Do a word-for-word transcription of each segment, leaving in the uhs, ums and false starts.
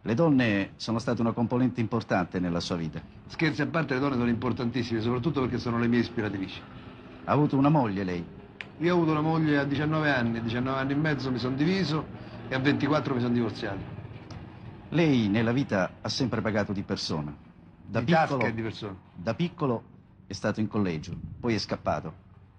Le donne sono state una componente importante nella sua vita. Scherzi a parte, le donne sono importantissime, soprattutto perché sono le mie ispiratrici. Ha avuto una moglie lei? Io ho avuto una moglie a diciannove anni, a diciannove anni e mezzo mi sono diviso e a ventiquattro mi sono divorziato. Lei nella vita ha sempre pagato di persona. Da Di piccolo, tasca e di persona. Da piccolo è stato in collegio, poi è scappato.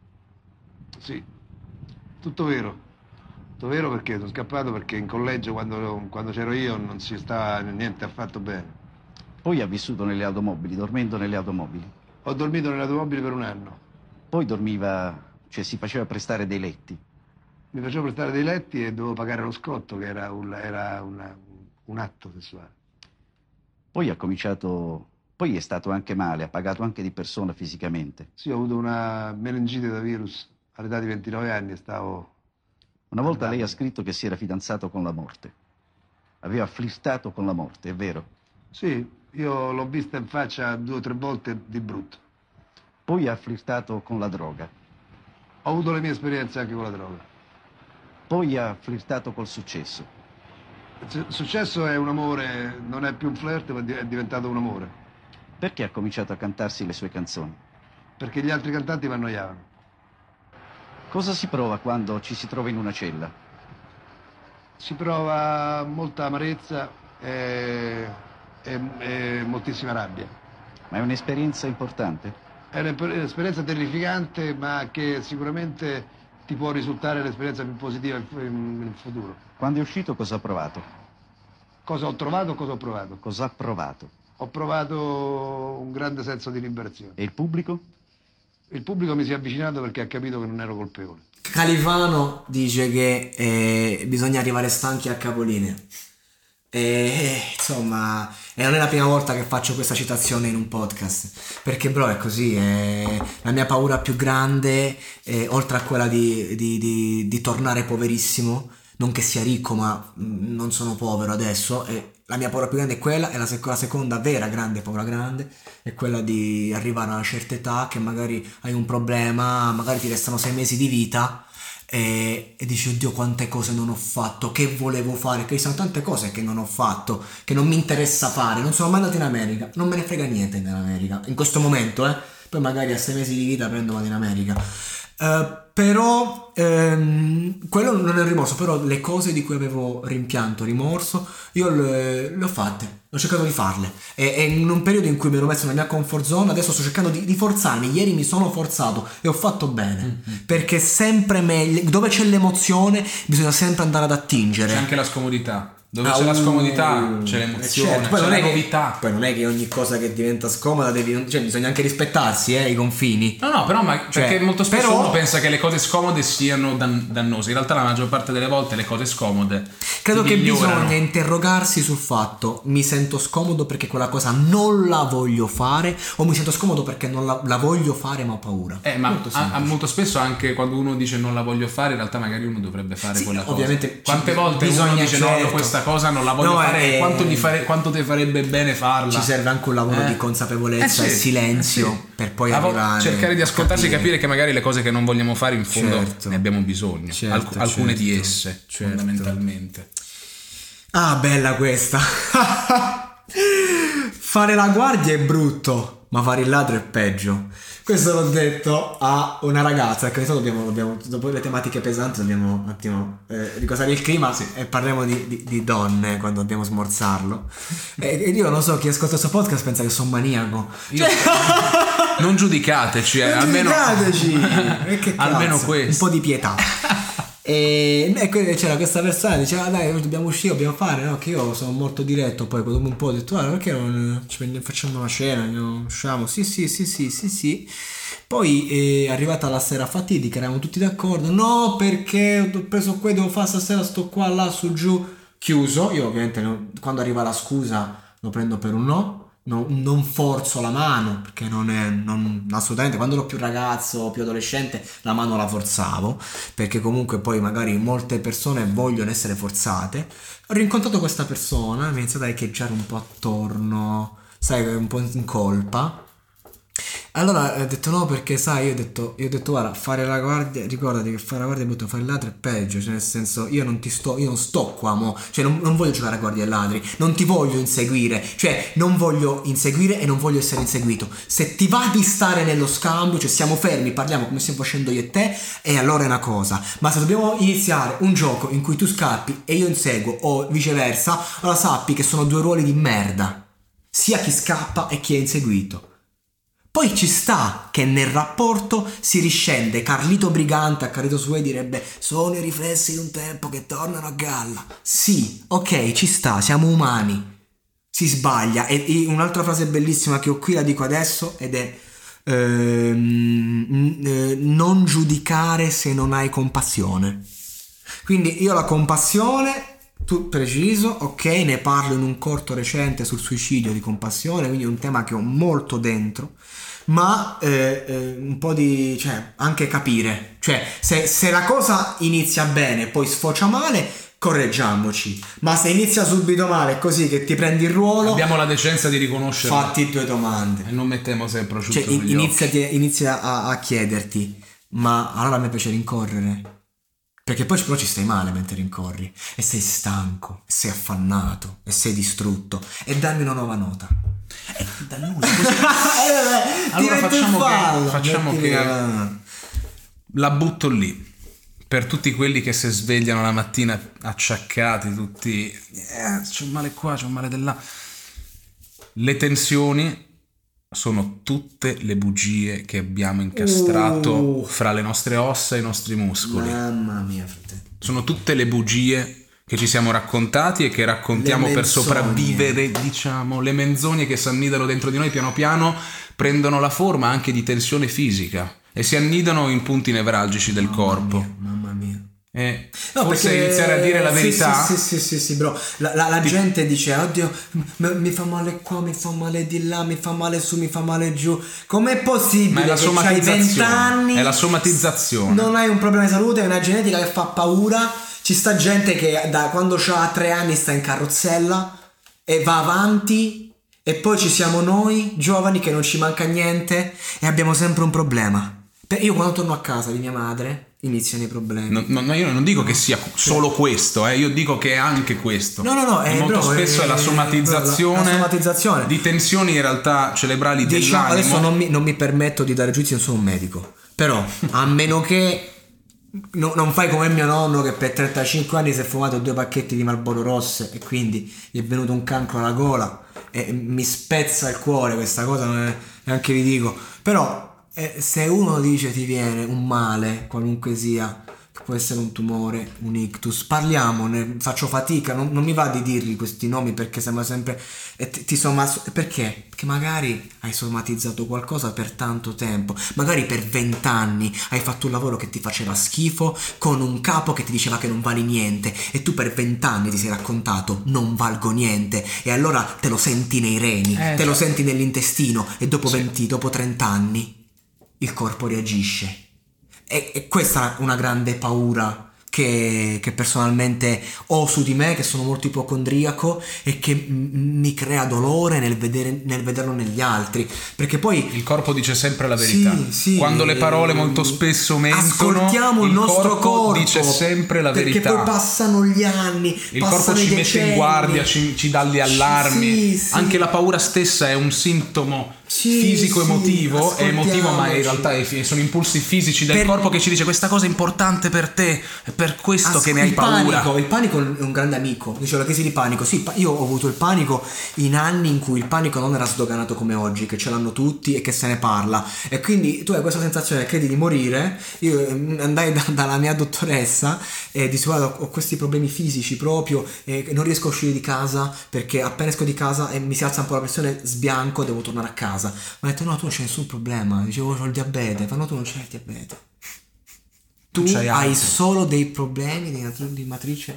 Sì, tutto vero. Tutto vero perché sono scappato perché in collegio quando, quando c'ero io non si stava niente affatto bene. Poi ha vissuto nelle automobili, dormendo nelle automobili. Ho dormito nelle automobili per un anno. Poi dormiva, cioè si faceva prestare dei letti. Mi facevo prestare dei letti e dovevo pagare lo scotto, che era un, era una, un atto sessuale. Poi ha cominciato, poi è stato anche male, ha pagato anche di persona fisicamente. Sì, ho avuto una meningite da virus all'età di ventinove anni e stavo... Una volta lei ha scritto che si era fidanzato con la morte. Aveva flirtato con la morte, è vero? Sì, io l'ho vista in faccia due o tre volte di brutto. Poi ha flirtato con la droga. Ho avuto le mie esperienze anche con la droga. Poi ha flirtato col successo. Il successo è un amore, non è più un flirt, ma è diventato un amore. Perché ha cominciato a cantarsi le sue canzoni? Perché gli altri cantanti mi annoiavano. Cosa si prova quando ci si trova in una cella? Si prova molta amarezza e, e, e moltissima rabbia. Ma è un'esperienza importante? È un'esperienza terrificante, ma che sicuramente ti può risultare l'esperienza più positiva in futuro. Quando è uscito cosa ha provato? Cosa ho trovato o cosa ho provato? Cosa ha provato? Ho provato un grande senso di liberazione. E il pubblico? Il pubblico mi si è avvicinato perché ha capito che non ero colpevole. Califano dice che eh, bisogna arrivare stanchi a capolinea. E insomma, e non è la prima volta che faccio questa citazione in un podcast, perché bro è così, è la mia paura più grande, è, oltre a quella di, di, di, di tornare poverissimo, non che sia ricco ma mh, non sono povero adesso, e la mia paura più grande è quella, e la, sec- la seconda vera grande paura grande è quella di arrivare a una certa età che magari hai un problema, magari ti restano sei mesi di vita e, e dici oddio quante cose non ho fatto, che volevo fare, che ci sono tante cose che non ho fatto, che non mi interessa fare, non sono mai andato in America, non me ne frega niente in America, in questo momento eh, poi magari a sei mesi di vita prendo vado in America. Uh, però ehm, quello non è un rimorso, però le cose di cui avevo rimpianto, rimorso, io le, le ho fatte, ho cercato di farle e, e in un periodo in cui mi ero messo nella mia comfort zone, adesso sto cercando di, di forzarmi. Ieri mi sono forzato e ho fatto bene, mm-hmm. perché sempre meglio, dove c'è l'emozione bisogna sempre andare ad attingere. C'è anche la scomodità. Dove Ah, c'è la scomodità uh, c'è l'emozione, certo. Poi c'è non la è che- novità. Poi non è che ogni cosa che diventa scomoda devi, cioè bisogna anche rispettarsi eh, i confini. No, no, però ma Cioè, perché molto spesso però- uno pensa che le cose scomode siano dan- dannose. In realtà la maggior parte delle volte le cose scomode Credo ti che migliorano. bisogna interrogarsi sul fatto: mi sento scomodo perché quella cosa non la voglio fare, o mi sento scomodo perché non la, la voglio fare ma ho paura. Eh, ma Molto a, a semplice. molto spesso anche quando uno dice non la voglio fare, in realtà magari uno dovrebbe fare Sì, quella cosa. ovviamente Quante ci- volte uno bisogna, dice no, no, certo. questa cosa non la voglio No, fare, eh, quanto, gli fare, quanto ti farebbe bene farla? Ci serve anche un lavoro Eh. di consapevolezza Eh sì, e silenzio eh sì. per poi A vo- arrivare cercare di a ascoltarsi e capire. capire che magari le cose che non vogliamo fare in fondo Certo. ne abbiamo bisogno. Certo, Alc- alcune di certo, esse, certo. fondamentalmente. Ah, bella questa. Fare la guardia è brutto, ma fare il ladro è peggio. Questo l'ho detto a una ragazza, perché adesso dobbiamo, dobbiamo dopo le tematiche pesanti dobbiamo un attimo eh, ricosare il clima e parliamo di, di, di donne quando dobbiamo smorzarlo. E, e io non so, chi ascolta questo podcast pensa che sono maniaco. Io- non giudicateci, eh, Non almeno, giudicateci! E che almeno cazzo, questo. un po' di pietà. E, e que- c'era questa persona che diceva dai dobbiamo uscire, dobbiamo fare, no? Che io sono molto diretto, poi dopo un po' ho detto guarda perché non ci prendiamo- facciamo una cena, non usciamo, sì sì sì sì sì sì. Poi è arrivata la sera fatidica, eravamo tutti d'accordo, no perché ho preso qua, devo fare stasera, sto qua, là, su, giù, chiuso. Io ovviamente non- quando arriva la scusa lo prendo per un no. No, non forzo la mano perché non è non, assolutamente, quando ero più ragazzo, più adolescente, la mano la forzavo perché comunque poi magari molte persone vogliono essere forzate. Ho rincontrato questa persona, mi ha iniziato a echeggiare un po' attorno, sai, un po' in colpa, Allora ho detto no, perché sai, io ho detto, io ho detto guarda, fare la guardia, ricordati che fare la guardia è brutto, fare il ladro è peggio, cioè nel senso io non ti sto, io non sto qua mo, cioè non, non voglio giocare a guardia e ladri, non ti voglio inseguire, cioè non voglio inseguire e non voglio essere inseguito. Se ti va di stare nello scambio, cioè siamo fermi, parliamo come stiamo facendo io e te, e allora è una cosa, ma se dobbiamo iniziare un gioco in cui tu scappi e io inseguo o viceversa, allora sappi che sono due ruoli di merda, sia chi scappa e chi è inseguito. Poi ci sta che nel rapporto si riscende. Carlito Brigante a Carlito Sway direbbe sono i riflessi di un tempo che tornano a galla. Sì, ok, ci sta, siamo umani. Si sbaglia. E un'altra frase bellissima che ho qui la dico adesso ed è ehm, eh, non giudicare se non hai compassione. Quindi io la compassione, tu preciso, ok, ne parlo in un corto recente sul suicidio di compassione, quindi è un tema che ho molto dentro, ma eh, eh, un po' di, cioè, anche capire, cioè se, se la cosa inizia bene poi sfocia male, correggiamoci, ma se inizia subito male così che ti prendi il ruolo, abbiamo la decenza di riconoscerlo, fatti due domande e non mettiamo sempre prosciutto cioè, sugli inizia, occhi. inizia a, a chiederti ma allora a me piace rincorrere? Perché poi però ci stai male mentre rincorri e sei stanco, e sei affannato e sei distrutto e dammi una nuova nota. Eh, da nulla, così. Allora facciamo che, facciamo che la butto lì per tutti quelli che si svegliano la mattina acciaccati, tutti eh, c'ho male qua, c'ho male di là. Le tensioni sono tutte le bugie che abbiamo incastrato uh, fra le nostre ossa e i nostri muscoli. Mamma mia, fratello. Sono tutte le bugie che ci siamo raccontati e che raccontiamo per sopravvivere, diciamo, le menzogne che si annidano dentro di noi piano piano prendono la forma anche di tensione fisica e si annidano in punti nevralgici del mamma corpo. Mia, mamma mia. E no, forse perché, iniziare a dire la verità. Sì, sì, sì, sì, sì, bro. La, la, la ti... gente dice, oddio, m- mi fa male qua, mi fa male di là, mi fa male su, mi fa male giù. Com'è possibile? Ma è la che c'hai venti anni? È la somatizzazione. Non hai un problema di salute, è una genetica che fa paura. Ci sta gente che da quando ha tre anni sta in carrozzella e va avanti. E poi ci siamo noi, giovani, che non ci manca niente e abbiamo sempre un problema. Io quando torno a casa di mia madre iniziano i problemi. No, no, io non dico che sia solo questo, eh, io dico che è anche questo. No, no, no. E molto bro, spesso è, è la somatizzazione, la, la somatizzazione di tensioni in realtà cerebrali diciamo, dell'animo. Adesso non mi, non mi permetto di dare giudizi, non sono un medico. Però, a meno che no, non fai come mio nonno che per trentacinque anni si è fumato due pacchetti di Marlboro Rosse e quindi gli è venuto un cancro alla gola e mi spezza il cuore questa cosa, neanche vi dico. Però Eh, se uno dice ti viene un male, qualunque sia, che può essere un tumore, un ictus, parliamone, faccio fatica, non, non mi va di dirgli questi nomi perché sembra sempre eh, ti, ti soma, perché? Perché magari hai somatizzato qualcosa per tanto tempo, magari per vent'anni hai fatto un lavoro che ti faceva schifo con un capo che ti diceva che non vali niente e tu per vent'anni ti sei raccontato non valgo niente e allora te lo senti nei reni, eh, te lo cioè. senti nell'intestino e dopo sì. venti, dopo trenta anni il corpo reagisce e, e questa è una grande paura che, che personalmente ho su di me, che sono molto ipocondriaco e che m- mi crea dolore nel, vedere, nel vederlo negli altri, perché poi il corpo dice sempre la verità. Sì, sì, quando le parole molto spesso mentono, ascoltiamo il, il nostro corpo, corpo dice sempre la verità, perché poi passano gli anni, il passano corpo ci i mette in guardia, ci, ci dà gli allarmi. sì, sì. Anche la paura stessa è un sintomo sì, fisico sì, emotivo, è emotivo ma in ascoltiamoci. realtà è, sono impulsi fisici del Per- corpo che ci dice questa cosa è importante per te, è per questo As- che ne hai il paura. Panico, il panico è un grande amico. Dicevo la crisi di panico. Sì, pa- io ho avuto il panico in anni in cui il panico non era sdoganato come oggi, che ce l'hanno tutti e che se ne parla. E quindi tu hai questa sensazione, credi di morire. Io eh, andai da, dalla mia dottoressa e dissi guarda, ho questi problemi fisici proprio e non riesco a uscire di casa perché appena esco di casa e mi si alza un po' la pressione, sbianco, devo tornare a casa. Ma ho detto no, tu non c'è nessun problema. Dicevo ho il diabete. Ma no, tu non c'hai il diabete. Tu C'hai hai altro. solo dei problemi di, nat- di matrice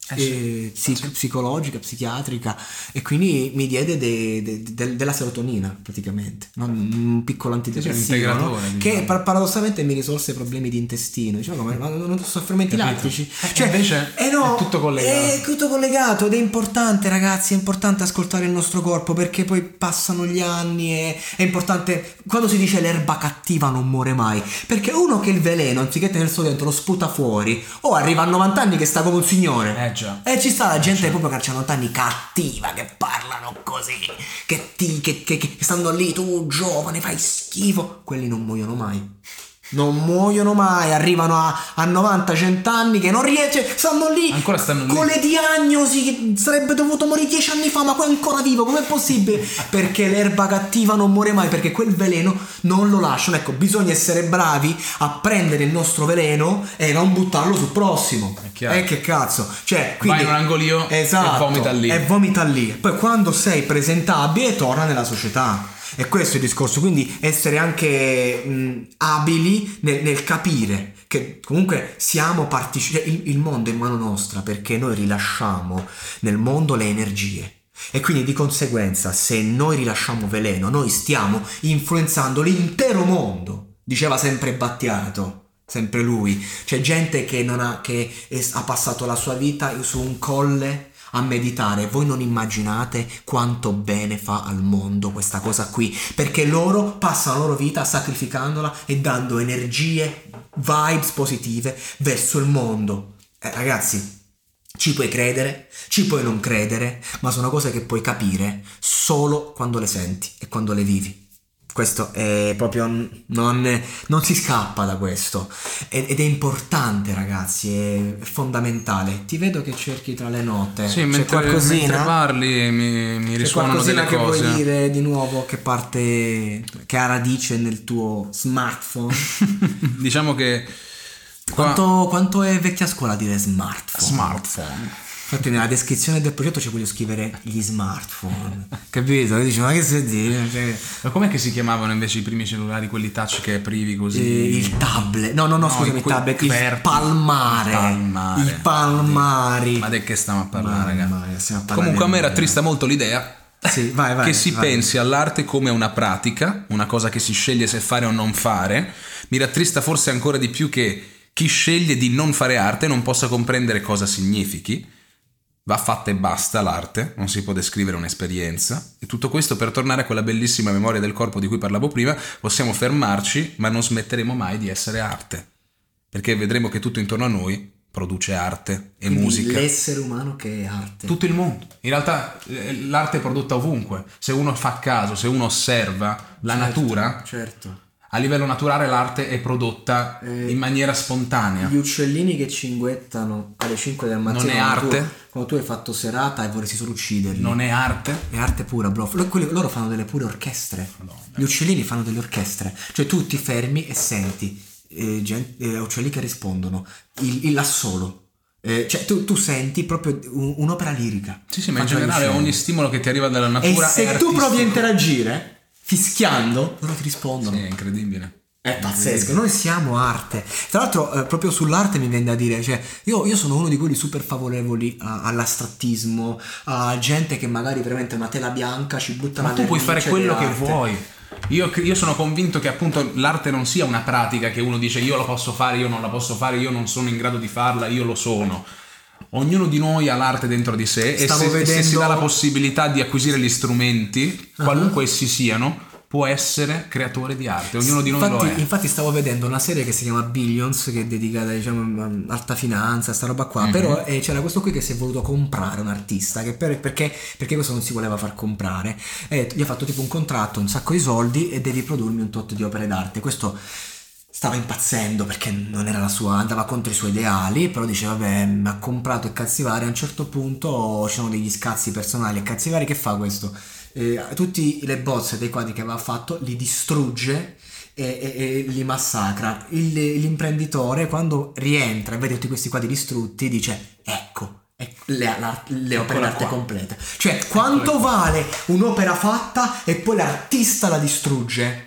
eh, sì. psic- psicologica, psichiatrica, e quindi mi diede de, de, de, della serotonina praticamente, no? Un piccolo antidepressivo, no? Che par- paradossalmente mi risolse i problemi di intestino. Diciamo, ma non sofferimenti lattici, cioè, invece eh no, è tutto collegato. È tutto collegato ed è importante, ragazzi, è importante ascoltare il nostro corpo, perché poi passano gli anni e è importante quando si dice l'erba cattiva non muore mai, perché uno che il veleno anziché tenerlo dentro lo sputa fuori, o oh, arriva a novanta anni che sta come un signore. Eh già. E ci sta la gente proprio che ha novanta anni cattiva, che parlano così, che, ti, che, che, che stanno lì, tu giovane fai schifo. Quelli non muoiono mai. Non muoiono mai, arrivano a, a novanta cento anni che non riesce, stanno lì, ancora stanno lì con le diagnosi che sarebbe dovuto morire dieci anni fa, ma poi è ancora vivo, com'è possibile? Perché l'erba cattiva non muore mai, perché quel veleno non lo lasciano. Ecco, bisogna essere bravi a prendere il nostro veleno e non buttarlo sul prossimo. E eh, che cazzo, cioè, quindi, vai in un angolino, esatto, e vomita lì e vomita lì. Poi quando sei presentabile torna nella società. E questo è il discorso, quindi essere anche mh, abili nel, nel capire che comunque siamo partecipanti, il, il mondo è in mano nostra, perché noi rilasciamo nel mondo le energie, e quindi di conseguenza se noi rilasciamo veleno noi stiamo influenzando l'intero mondo. Diceva sempre Battiato, sempre lui. C'è gente che non ha che è, ha passato la sua vita su un colle a meditare. Voi non immaginate quanto bene fa al mondo questa cosa qui, perché loro passano la loro vita sacrificandola e dando energie, vibes positive verso il mondo. Eh, ragazzi, ci puoi credere, ci puoi non credere, ma sono cose che puoi capire solo quando le senti e quando le vivi. Questo è proprio, non, non si scappa da questo, ed è importante, ragazzi, è fondamentale. Ti vedo che cerchi tra le note. Sì, c'è mentre, qualcosina, mentre parli mi, mi risuonano delle che cose. Vuoi dire di nuovo che parte, che ha radice nel tuo smartphone? Diciamo che qua... quanto, quanto è vecchia scuola dire smartphone? Smartphone. Infatti nella descrizione del progetto ci voglio scrivere gli smartphone, capito? Dici, ma che si dice? Cioè... Ma com'è che si chiamavano invece i primi cellulari, quelli touch che aprivi così? Eh, il tablet, no no no, no scusami, il tablet, il palmare, il palmare, i palmari. Ma di che stiamo a parlare, ma, raga? Ma, a Comunque a me rattrista molto l'idea sì, vai, vai, che si vai. pensi all'arte come una pratica, una cosa che si sceglie se fare o non fare. Mi rattrista forse ancora di più che chi sceglie di non fare arte non possa comprendere cosa significhi. Va fatta e basta l'arte, non si può descrivere un'esperienza, e tutto questo per tornare a quella bellissima memoria del corpo di cui parlavo prima. Possiamo fermarci, ma non smetteremo mai di essere arte, perché vedremo che tutto intorno a noi produce arte e quindi musica. L'essere umano che è arte. Tutto il mondo. In realtà l'arte è prodotta ovunque, se uno fa caso, se uno osserva la certo, natura, certo. A livello naturale l'arte è prodotta eh, in maniera spontanea. Gli uccellini che cinguettano alle cinque del mattino, non è arte. Tu, quando tu hai fatto serata e vorresti solo ucciderli, non è arte. È arte pura, bro. Loro fanno delle pure orchestre. Madonna. Gli uccellini fanno delle orchestre, cioè tu ti fermi e senti eh, gente, eh, uccelli che rispondono, il, il l'assolo. Eh, cioè tu, tu senti proprio un, un'opera lirica. Sì, sì, ma in generale ogni stimolo che ti arriva dalla natura e se è tu artistico. Provi a interagire fischiando, loro ti rispondono. Sì, è incredibile. È pazzesco, noi siamo arte. Tra l'altro eh, proprio sull'arte mi viene da dire, cioè io, io sono uno di quelli super favorevoli a, all'astrattismo, a gente che magari veramente una tela bianca ci butta la ma tu puoi fare quello che arte. vuoi. Io, io sono convinto che appunto l'arte non sia una pratica che uno dice io lo posso fare, io non la posso fare, io non sono in grado di farla, io lo sono. Ognuno di noi ha l'arte dentro di sé. Stavo e se, vedendo... se si dà la possibilità di acquisire gli strumenti, uh-huh. qualunque essi siano, può essere creatore di arte. Ognuno di noi infatti, lo è. Infatti stavo vedendo una serie che si chiama Billions, che è dedicata, diciamo, a alta finanza, sta roba qua. Mm-hmm. Però eh, c'era questo qui che si è voluto comprare un artista che per, perché, perché questo non si voleva far comprare, e gli ha fatto tipo un contratto, un sacco di soldi, e devi produrmi un tot di opere d'arte. Questo stava impazzendo perché non era la sua, andava contro i suoi ideali, però diceva vabbè, mi ha comprato e cazzivari. A un certo punto ci sono degli scazzi personali e cazzivari. Che fa questo? Eh, tutti le bozze dei quadri che aveva fatto li distrugge e, e, e li massacra. Il, l'imprenditore quando rientra e vede tutti questi quadri distrutti dice ecco le, la, le opere d'arte complete. Cioè quanto vale un'opera fatta e poi l'artista la distrugge?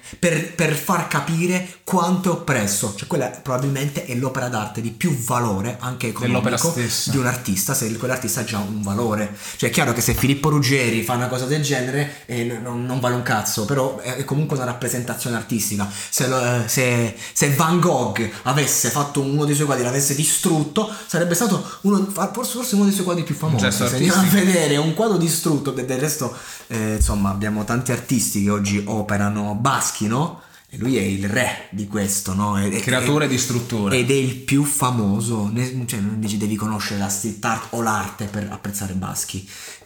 per, per far capire quanto è oppresso. Cioè quella probabilmente è l'opera d'arte di più valore anche economico di un artista, se quell'artista ha già un valore. Cioè è chiaro che se Filippo Ruggeri fa una cosa del genere eh, non, non vale un cazzo, però è comunque una rappresentazione artistica. Se, lo, se, se Van Gogh avesse fatto uno dei suoi quadri, l'avesse distrutto, sarebbe stato uno, forse uno dei suoi quadri più famosi. Se andiamo a vedere un quadro distrutto, del resto eh, insomma abbiamo tanti artisti che oggi operano, Baschi, no? E lui è il re di questo, no? È, creatore e distruttore. Ed è il più famoso. Cioè, non dici devi conoscere la street art o l'arte per apprezzare Baschi.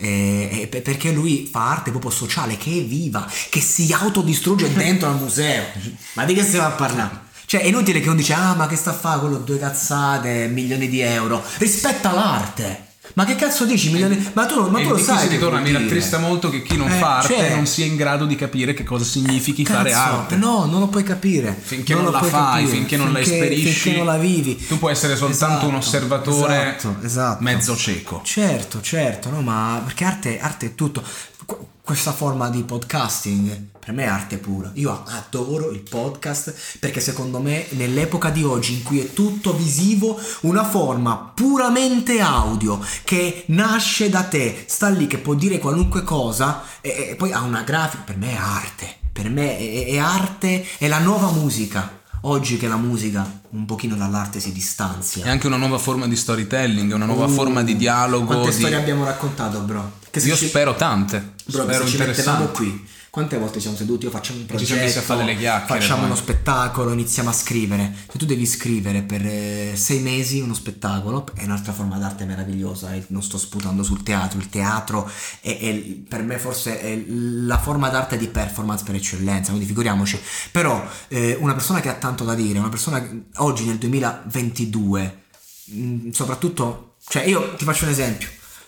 E, e perché lui fa arte proprio sociale, che è viva, che si autodistrugge dentro al museo. Ma di che stiamo a parlare? Cioè è inutile che uno dice ah ma che sta a fare quello, due cazzate, milioni di euro. Rispetta l'arte. Ma che cazzo dici milioni? Ma tu, ma tu lo sai. Si ritorna, mi rattrista molto che chi non eh, fa arte cioè, non sia in grado di capire che cosa significhi cazzo, fare arte. No, non lo puoi capire. Finché non, non la fai, capire. finché non finché, la esperisci, finché non la vivi. Tu puoi essere soltanto esatto, un osservatore esatto, esatto. mezzo cieco. Certo, certo, no, ma perché arte, arte è tutto. Questa forma di podcasting per me è arte pura. Io adoro il podcast perché secondo me nell'epoca di oggi in cui è tutto visivo, una forma puramente audio che nasce da te, sta lì, che può dire qualunque cosa e, e poi ha una grafica, per me è arte. Per me è, è arte, è la nuova musica. Oggi che la musica un pochino dall'arte si distanzia. È anche una nuova forma di storytelling, una nuova uh, forma di dialogo. Quante di... storie abbiamo raccontato, bro? Che Io ci... spero tante. Bro, spero se ci mettevamo qui, quante volte siamo seduti, io facciamo un progetto, ci siamo messi a fare le chiacchiere, facciamo poi. uno spettacolo, iniziamo a scrivere. Se tu devi scrivere per eh, sei mesi uno spettacolo, è un'altra forma d'arte meravigliosa. Eh, non sto sputando sul teatro, il teatro è, è per me forse è la forma d'arte di performance per eccellenza, quindi figuriamoci. Però eh, una persona che ha tanto da dire, una persona che, oggi nel duemilaventidue, mh, soprattutto, cioè io ti faccio un esempio.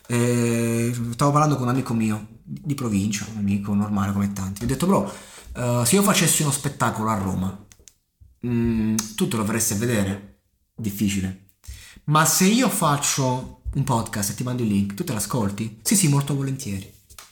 Eh, stavo parlando con un amico mio di provincia, un amico normale come tanti. Ho detto bro, uh, se io facessi uno spettacolo a Roma, mh, tu te lo vorresti a vedere? Difficile. Ma se io faccio un podcast e ti mando il link, tu te l'ascolti? Sì sì, molto volentieri.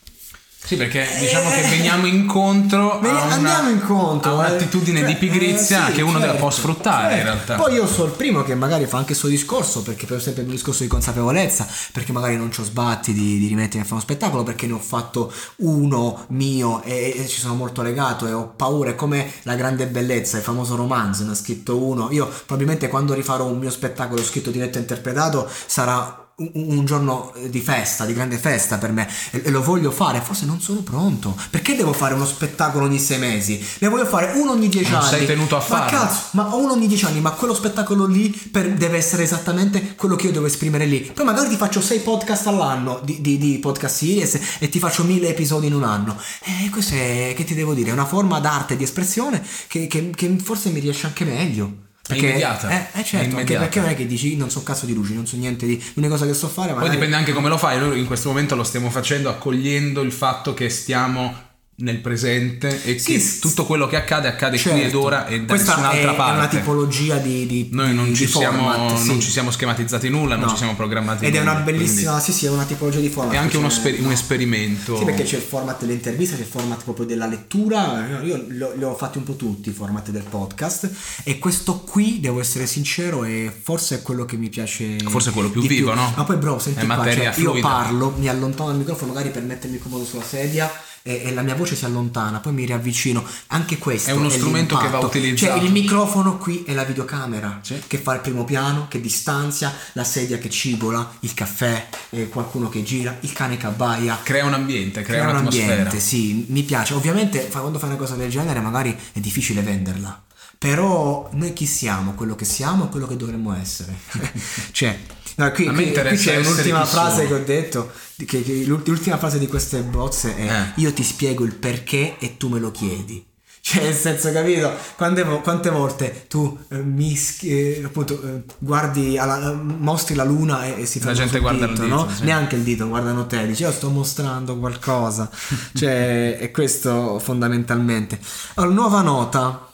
Sì, perché diciamo che veniamo incontro a, una, andiamo incontro, a un'attitudine cioè, di pigrizia eh, sì, che uno certo, può sfruttare certo. in realtà. Poi io sono il primo che magari fa anche il suo discorso, perché per esempio il mio discorso di consapevolezza, perché magari non c'ho sbatti di, di rimettermi a fare uno spettacolo, perché ne ho fatto uno mio e, e ci sono molto legato e ho paura. È come La grande bellezza, il famoso romanzo, ne ha scritto uno. Io probabilmente quando rifarò un mio spettacolo scritto, diretto e interpretato sarà Un, un giorno di festa, di grande festa per me, e, e lo voglio fare. Forse non sono pronto. Perché devo fare uno spettacolo ogni sei mesi? Ne voglio fare uno ogni dieci non anni. Sei tenuto a farlo. Ma cazzo, ma uno ogni dieci anni, ma quello spettacolo lì per, deve essere esattamente quello che io devo esprimere lì. Poi magari ti faccio sei podcast all'anno di, di, di podcast series e ti faccio mille episodi in un anno. E questo è, che ti devo dire, è una forma d'arte, di espressione che, che, che forse mi riesce anche meglio. Perché, è immediata, eh, eh certo, anche perché non è che dici non so cazzo di luci, non so niente di l'unica cosa che so fare. Poi dipende anche come lo fai. Noi in questo momento lo stiamo facendo accogliendo il fatto che stiamo nel presente e sì, che tutto quello che accade accade certo. qui ed ora e da nessun'altra è, parte. È una tipologia di, di noi non, di, ci, di siamo, format, sì. non ci siamo schematizzati nulla, no. non ci siamo programmati ed nulla, è una bellissima quindi... sì sì è una tipologia di format. È anche uno sper- no. un esperimento. Sì, perché c'è il format dell'intervista, c'è il format proprio della lettura. Io li ho fatti un po' tutti i format del podcast e questo qui, devo essere sincero, è forse è quello che mi piace, forse è quello più vivo più. No? Ma poi bro, senti è qua, materia cioè, io parlo, mi allontano dal microfono magari per mettermi comodo sulla sedia e, e la mia voce si allontana, poi mi riavvicino. Anche questo è uno è strumento l'impatto. Che va utilizzato. Cioè il microfono qui è la videocamera, sì. che fa il primo piano, che distanzia, la sedia che cigola, il caffè, eh, qualcuno che gira, il cane che abbaia. Crea un ambiente, crea, crea un'atmosfera. Un ambiente, sì, mi piace. Ovviamente quando fai una cosa del genere magari è difficile venderla, però noi chi siamo? Quello che siamo e quello che dovremmo essere. Cioè no, qui, qui, qui c'è un'ultima frase che ho detto, che, che l'ultima frase di queste bozze è eh. io ti spiego il perché e tu me lo chiedi. Cioè nel senso, capito? Quante, quante volte tu eh, mi eh, appunto eh, guardi alla, mostri la luna e, e si fa la gente guarda dito, il dito, no? Sì. Neanche il dito, guardano te, dici io sto mostrando qualcosa. Cioè è questo fondamentalmente. Allora, nuova nota,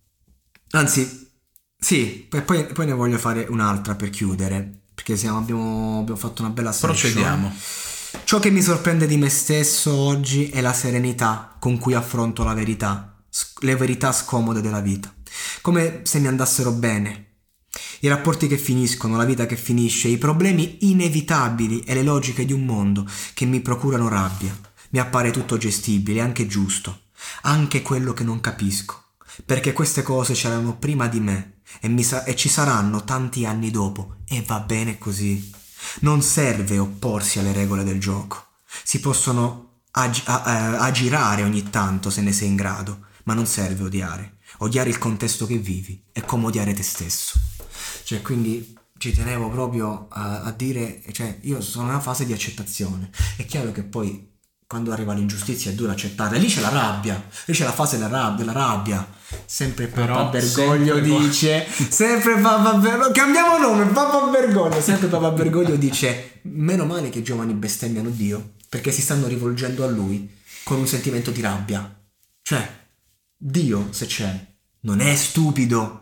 anzi sì, poi, poi, poi ne voglio fare un'altra per chiudere, perché siamo, abbiamo, abbiamo fatto una bella session. Procediamo. Ciò che mi sorprende di me stesso oggi è la serenità con cui affronto la verità, le verità scomode della vita, come se mi andassero bene. I rapporti che finiscono, la vita che finisce, i problemi inevitabili e le logiche di un mondo che mi procurano rabbia. Mi appare tutto gestibile, anche giusto, anche quello che non capisco, perché queste cose c'erano prima di me e, mi sa- e ci saranno tanti anni dopo, e va bene così. Non serve opporsi alle regole del gioco. Si possono ag- a- aggirare ogni tanto se ne sei in grado, ma non serve odiare. Odiare il contesto che vivi è come odiare te stesso. Cioè, quindi ci tenevo proprio a, a dire, cioè, io sono in una fase di accettazione. È chiaro che poi quando arriva l'ingiustizia è duro accettarla, lì c'è la rabbia, lì c'è la fase della rabbia, della rabbia. Sempre Papà Bergoglio dice, sempre Papà Bergoglio, cambiamo nome, Papà Bergoglio, sempre Papà Bergoglio dice, meno male che i giovani bestemmiano Dio, perché si stanno rivolgendo a lui con un sentimento di rabbia. Cioè, Dio, se c'è, non è stupido,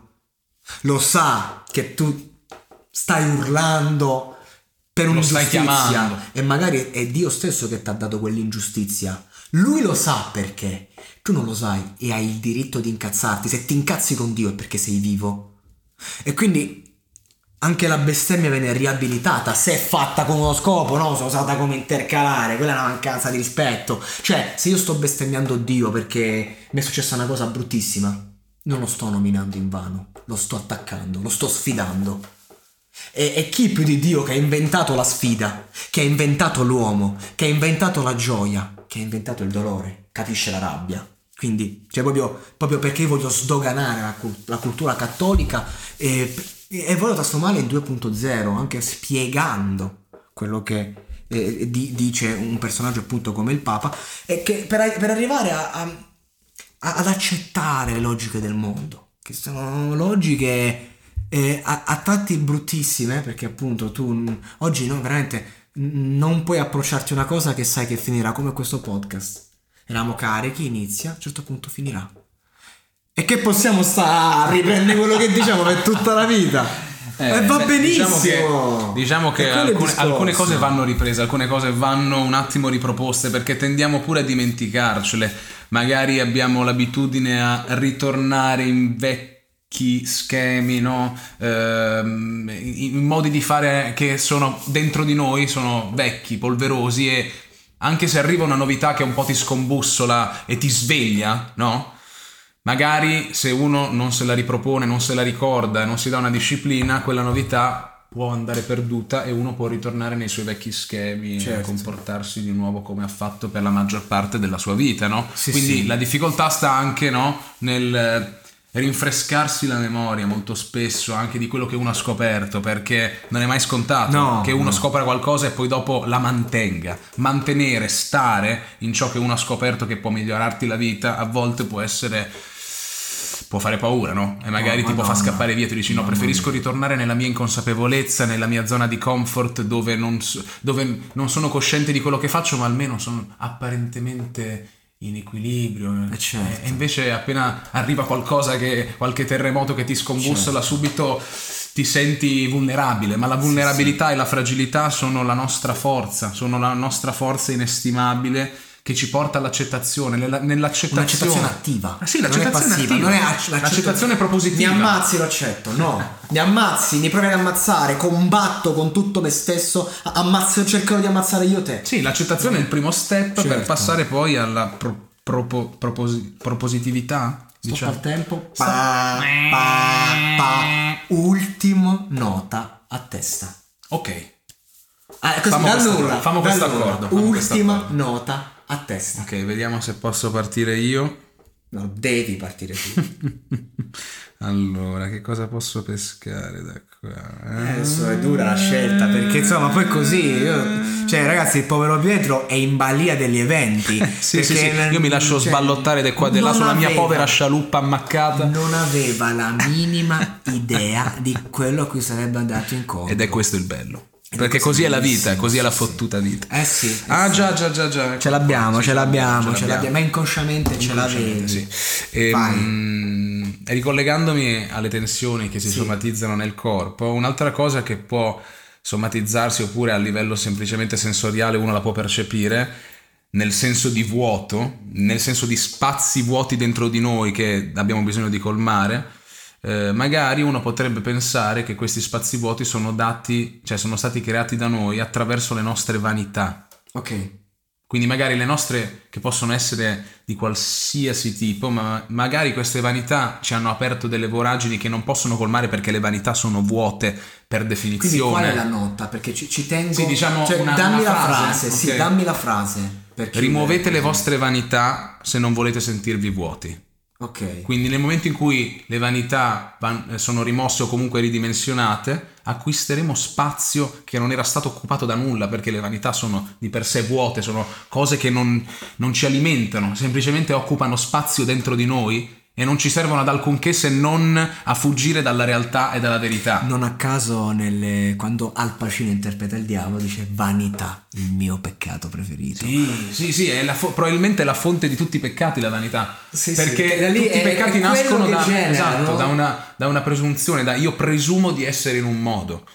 lo sa che tu stai urlando per un'ingiustizia e magari è Dio stesso che ti ha dato quell'ingiustizia. Lui lo sa perché tu non lo sai e hai il diritto di incazzarti. Se ti incazzi con Dio è perché sei vivo. E quindi anche la bestemmia viene riabilitata se è fatta con uno scopo, no? Se è usata come intercalare, quella è una mancanza di rispetto. Cioè, se io sto bestemmiando Dio perché mi è successa una cosa bruttissima, non lo sto nominando in vano, lo sto attaccando, lo sto sfidando. E, e chi più di Dio, che ha inventato la sfida, che ha inventato l'uomo, che ha inventato la gioia, che ha inventato il dolore, capisce la rabbia. Quindi, cioè proprio, proprio perché voglio sdoganare la, la cultura cattolica e, e voglio trasformarla in due punto zero, anche spiegando quello che eh, di, dice un personaggio appunto come il Papa, e che per, per arrivare a, a, a, ad accettare le logiche del mondo, che sono logiche Eh, a, a tratti bruttissime, perché appunto tu oggi no, veramente non puoi approcciarti una cosa che sai che finirà come questo podcast. Eravamo carichi, inizia, a un certo punto finirà. E che possiamo stare a riprendere quello che diciamo per tutta la vita. Eh, e va beh, benissimo. Diciamo che, diciamo che alcune, alcune cose vanno riprese, alcune cose vanno un attimo riproposte, perché tendiamo pure a dimenticarcele. Magari abbiamo l'abitudine a ritornare in vecchio schemi, no? Ehm, in modi di fare che sono dentro di noi, sono vecchi, polverosi, e anche se arriva una novità che un po' ti scombussola e ti sveglia, no? Magari se uno non se la ripropone, non se la ricorda e non si dà una disciplina, quella novità può andare perduta e uno può ritornare nei suoi vecchi schemi, certo, e comportarsi di nuovo come ha fatto per la maggior parte della sua vita, no? Sì, quindi sì. La difficoltà sta anche, no, nel rinfrescarsi la memoria molto spesso anche di quello che uno ha scoperto, perché non è mai scontato no, che uno no. scopra qualcosa e poi dopo la mantenga. Mantenere, stare in ciò che uno ha scoperto che può migliorarti la vita a volte può essere, può fare paura, no? E magari oh, ti può far scappare via, ti dici no, no, preferisco ritornare nella mia inconsapevolezza, nella mia zona di comfort, dove non, dove non sono cosciente di quello che faccio, ma almeno sono apparentemente in equilibrio, eh certo. E invece appena arriva qualcosa, che qualche terremoto che ti scombussola, certo, subito ti senti vulnerabile. Ma la vulnerabilità, sì, sì, e la fragilità sono la nostra forza, sono la nostra forza inestimabile che ci porta all'accettazione, nella, nell'accettazione. Un'accettazione attiva. Ah, sì, l'accettazione non è passiva, attiva. Non è acc- l'accettazione propositiva. Mi ammazzi, lo accetto. No, mi ammazzi, mi provi ad ammazzare, combatto con tutto me stesso, ammazzo, cercherò di ammazzare io te. Sì, l'accettazione mm. è il primo step, certo, per passare poi alla pro, propo, proposi, propositività. Sto diciamo. al tempo. Pa, pa, pa. Ultimo nota a testa. Ok. Ah, così, da nulla. Famo questo accordo. Ultima nota a testa. Ok, vediamo se posso partire io. No, devi partire tu. Allora, che cosa posso pescare da qua? Eh, adesso è dura la scelta, perché insomma poi così io, cioè ragazzi, il povero Pietro è in balia degli eventi. sì, sì, sì, io mi lascio cioè, sballottare da qua e di là sulla aveva, mia povera scialuppa ammaccata. Non aveva la minima idea di quello a cui sarebbe andato incontro. Ed è questo il bello. Perché così è la vita, così è la fottuta vita. Eh sì. Eh ah sì. già già già già. Ce l'abbiamo, ce l'abbiamo, ce l'abbiamo, ma inconsciamente ce l'avevi. Sì. E, mh, ricollegandomi alle tensioni che si sì. somatizzano nel corpo, un'altra cosa che può somatizzarsi oppure a livello semplicemente sensoriale uno la può percepire nel senso di vuoto, nel senso di spazi vuoti dentro di noi che abbiamo bisogno di colmare, eh, magari uno potrebbe pensare che questi spazi vuoti sono dati, cioè sono stati creati da noi attraverso le nostre vanità. Ok. Quindi magari le nostre, che possono essere di qualsiasi tipo, ma magari queste vanità ci hanno aperto delle voragini che non possono colmare perché le vanità sono vuote per definizione. Quindi qual è la nota? Perché ci, ci tengo... Sì, diciamo cioè, una, dammi una la frase, frase, okay. Sì, dammi la frase. Rimuovete le vostre vanità se non volete sentirvi vuoti. Ok. Quindi nel momento in cui le vanità van- sono rimosse o comunque ridimensionate, acquisteremo spazio che non era stato occupato da nulla, perché le vanità sono di per sé vuote, sono cose che non, non ci alimentano, semplicemente occupano spazio dentro di noi e non ci servono ad alcunché se non a fuggire dalla realtà e dalla verità. Non a caso nelle... quando Al Pacino interpreta il diavolo dice vanità, il mio peccato preferito. Sì, sì, sì, è la fo- probabilmente è la fonte di tutti i peccati la vanità. Sì, perché sì, da lì tutti è- i peccati è nascono quello da, che genera, esatto, no? da, una, da una presunzione, da io presumo di essere in un modo.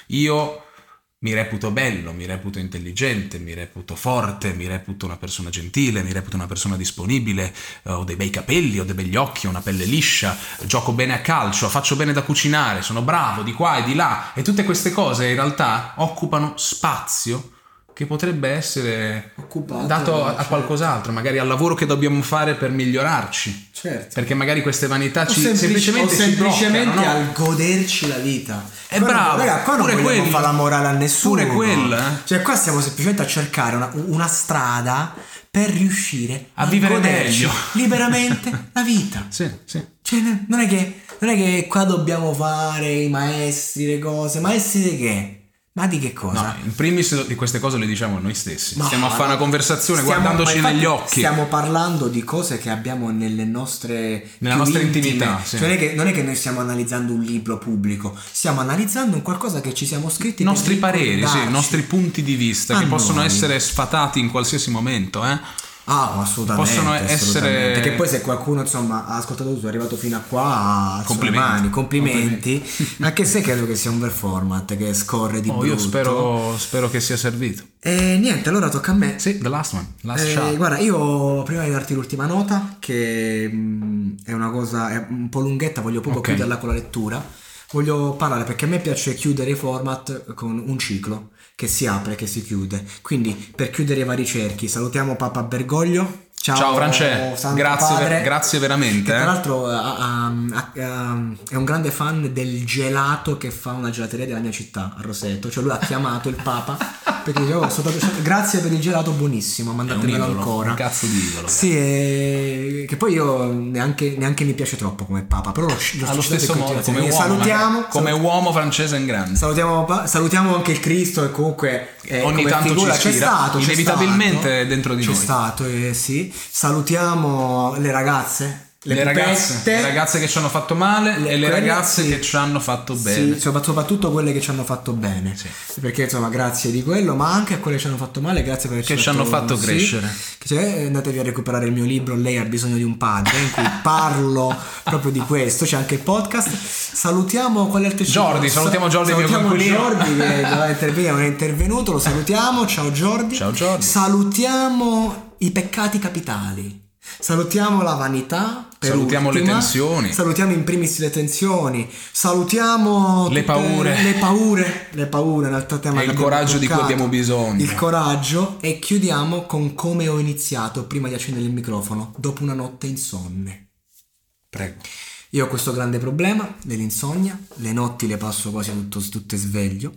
Io mi reputo bello, mi reputo intelligente, mi reputo forte, mi reputo una persona gentile, mi reputo una persona disponibile, ho dei bei capelli, ho dei begli occhi, ho una pelle liscia, gioco bene a calcio, faccio bene da cucinare, sono bravo di qua e di là, e tutte queste cose in realtà occupano spazio che potrebbe essere Occupato, dato a, a certo. qualcos'altro, magari al lavoro che dobbiamo fare per migliorarci. Certo. Perché magari queste vanità O ci semplici- semplicemente, o semplicemente ci bloccano, no? al goderci la vita. È Qua non- bravo, raga, qua non pure vogliamo quello. fare la morale a nessuno. Pure quello, eh. Cioè qua stiamo semplicemente a cercare una, una strada per riuscire A vivere goderci meglio. liberamente la vita. Sì, sì. Cioè non è che non è che qua dobbiamo fare i maestri, le cose. Maestri di che? Ma di che cosa? No, in primis di queste cose le diciamo noi stessi. Ma- Stiamo a fare una conversazione Stiamo- guardandoci ma infatti negli occhi. Stiamo parlando di cose che abbiamo nelle nostre Nella più nostra intime. intimità, sì. Cioè non è, che, non è che noi stiamo analizzando un libro pubblico, stiamo analizzando un qualcosa che ci siamo scritti. I nostri per pareri, sì, i ricordarci. nostri punti di vista A che possono noi. essere sfatati in qualsiasi momento, eh. Ah, assolutamente. Possono assolutamente. essere- Che poi se qualcuno insomma ha ascoltato tutto, è arrivato fino a qua, Complimenti. mani, complimenti. Anche se credo che sia un bel format che scorre di Oh, brutto. io spero, spero che sia servito. E niente, allora tocca a me. Sì, the last one, last Eh, shot. guarda, io prima di darti l'ultima nota, che mh, è una cosa è un po' lunghetta, voglio proprio Ok. chiuderla con la lettura. Voglio parlare perché a me piace chiudere i format con un ciclo che si apre e che si chiude. Quindi, per chiudere i vari cerchi, salutiamo Papa Bergoglio. Ciao, Ciao Francesco, Santo grazie, Padre, ver- grazie veramente. che tra eh. l'altro ha- ha- ha- ha- è un grande fan del gelato che fa una gelateria della mia città, a Roseto. Cioè lui ha chiamato il Papa perché dice, "Oh, sono stato- grazie per il gelato buonissimo, È un mandatemelo idolo, ancora." un cazzo di idolo. Sì, e- che poi io neanche, neanche mi piace troppo come Papa, però lo, lo Allo sto stesso citando in modo, come continuazione. uomo, salutiamo, magari, come sal- uomo francese in grande. salutiamo, pa- salutiamo anche il Cristo che comunque eh, Ogni come tanto figura ci c'è ispira, stato, c'è inevitabilmente stato, è dentro di c'è noi. stato, eh, sì. Salutiamo le ragazze, le, Le ragazze, pupette, le ragazze che ci hanno fatto male le- e le quelle- ragazze sì. che ci hanno fatto bene. Sì, sopra- soprattutto quelle che ci hanno fatto bene. Sì. Perché insomma, grazie di quello, ma anche a quelle che ci hanno fatto male, grazie per Che ci hanno fatto sì. crescere. Che cioè, andatevi a recuperare il mio libro Lei ha bisogno di un padre, in cui parlo proprio di questo. C'è anche il podcast. Salutiamo quelle altre Jordi, salutiamo Jordi, mio salutiamo coinquilino. Jordi che doveva intervenire, non è intervenuto, lo salutiamo. Ciao Jordi. Ciao, Jordi. Salutiamo i peccati capitali. Salutiamo la vanità, per Salutiamo le ultima. tensioni. Salutiamo in primis le tensioni. Salutiamo Le tutte paure. Le paure, le paure, un altro tema E che il abbiamo coraggio di cui toccato. abbiamo bisogno. Il coraggio. E chiudiamo con come ho iniziato prima di accendere il microfono, dopo una notte insonne. Prego. Io ho questo grande problema dell'insonnia, le notti le passo quasi tutto, tutte sveglio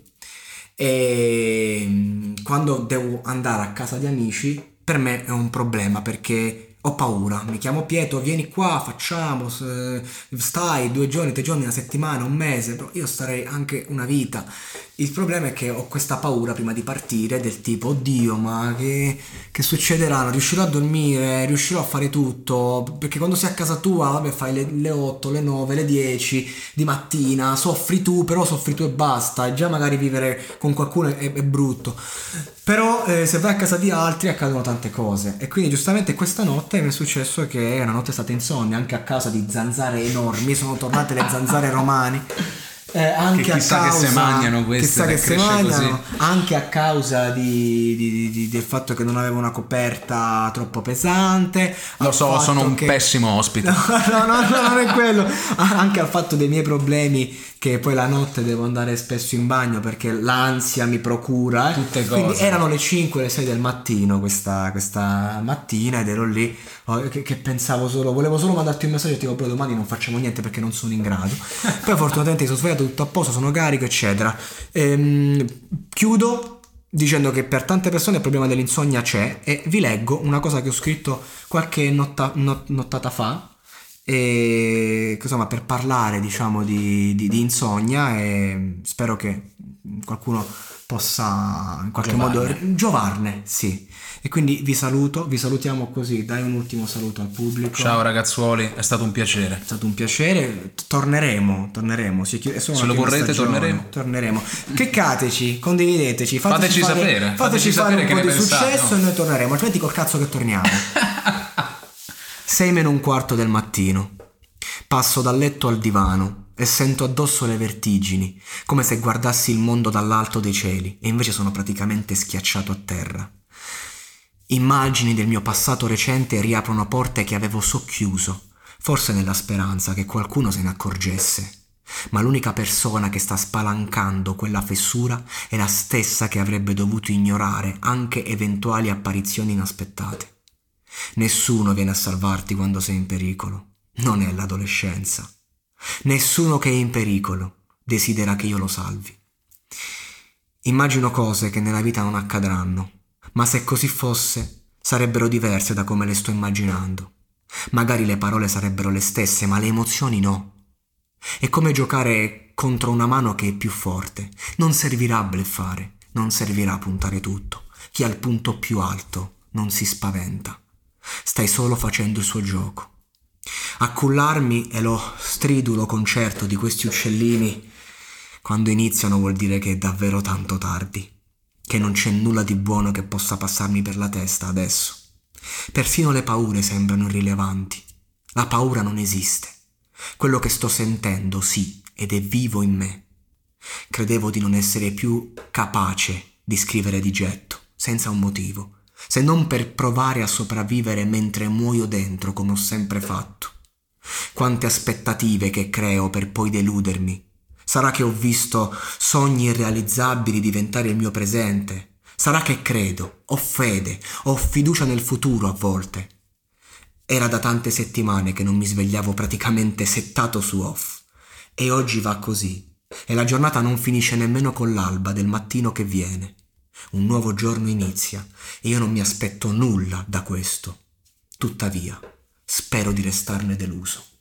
e mm, quando devo andare a casa di amici per me è un problema perché ho paura, mi chiamo Pietro, vieni qua, facciamo, s- stai due giorni, tre giorni, una settimana, un mese, però io starei anche una vita. Il problema è che ho questa paura prima di partire del tipo, oddio, ma che, che succederà? Non riuscirò a dormire, riuscirò a fare tutto, perché quando sei a casa tua, vabbè, fai le, le otto, le nove, le dieci di mattina, soffri tu, però soffri tu e basta, e già magari vivere con qualcuno è, è brutto. Però eh, se vai a casa di altri accadono tante cose e quindi giustamente questa notte mi è successo che una notte è stata insonne anche a causa di zanzare enormi, sono tornate le zanzare romane Eh, anche che chissà a causa, che se mangiano queste, chissà che se mangiano, così. Anche a causa di, di, di, del fatto che non avevo una coperta troppo pesante. Lo so, sono un che... pessimo ospite. No, no, no, no, non è quello. Anche al fatto dei miei problemi, che poi la notte devo andare spesso in bagno perché l'ansia mi procura. Tutte cose. Quindi erano le cinque, le sei del mattino questa, questa mattina ed ero lì che, che pensavo solo, volevo solo mandarti un messaggio e ti dico, bro, domani non facciamo niente perché non sono in grado. Poi fortunatamente mi sono svegliato tutto a posto, sono carico eccetera. Ehm, chiudo dicendo che per tante persone il problema dell'insonnia c'è, e vi leggo una cosa che ho scritto qualche notta, not, nottata fa, e insomma per parlare diciamo di, di, di insonnia, e spero che qualcuno possa in qualche Giovarne. modo giovarne, sì. E quindi vi saluto, vi salutiamo così, dai un ultimo saluto al pubblico. Ciao ragazzuoli, è stato un piacere. È stato un piacere, torneremo, torneremo. Se lo vorrete torneremo. Torneremo. Cliccateci, condivideteci, fateci, fateci fare, sapere, fateci, fateci fare sapere un che po' ne di pensate, successo, no? e noi torneremo, altrimenti col cazzo che torniamo. Sei meno un quarto del mattino. Passo dal letto al divano e sento addosso le vertigini, come se guardassi il mondo dall'alto dei cieli, e invece sono praticamente schiacciato a terra. Immagini del mio passato recente riaprono porte che avevo socchiuso, forse nella speranza che qualcuno se ne accorgesse. Ma l'unica persona che sta spalancando quella fessura è la stessa che avrebbe dovuto ignorare anche eventuali apparizioni inaspettate. Nessuno viene a salvarti quando sei in pericolo. Non è l'adolescenza. Nessuno che è in pericolo desidera che io lo salvi. Immagino cose che nella vita non accadranno, ma se così fosse sarebbero diverse da come le sto immaginando. Magari le parole sarebbero le stesse, ma le emozioni no. È come giocare contro una mano che è più forte. Non servirà a bluffare, non servirà a puntare tutto. Chi ha il punto più alto non si spaventa. Stai solo facendo il suo gioco. Accullarmi è lo stridulo concerto di questi uccellini. Quando iniziano vuol dire che è davvero tanto tardi, che non c'è nulla di buono che possa passarmi per la testa adesso. Persino le paure sembrano irrilevanti. La paura non esiste. Quello che sto sentendo sì, ed è vivo in me. Credevo di non essere più capace di scrivere di getto, senza un motivo, se non per provare a sopravvivere mentre muoio dentro, come ho sempre fatto. Quante aspettative che creo per poi deludermi. Sarà che ho visto sogni irrealizzabili diventare il mio presente. Sarà che credo, ho fede, ho fiducia nel futuro a volte. Era da tante settimane che non mi svegliavo praticamente settato su off. E oggi va così. E la giornata non finisce nemmeno con l'alba del mattino che viene. Un nuovo giorno inizia e io non mi aspetto nulla da questo. Tuttavia, spero di restarne deluso.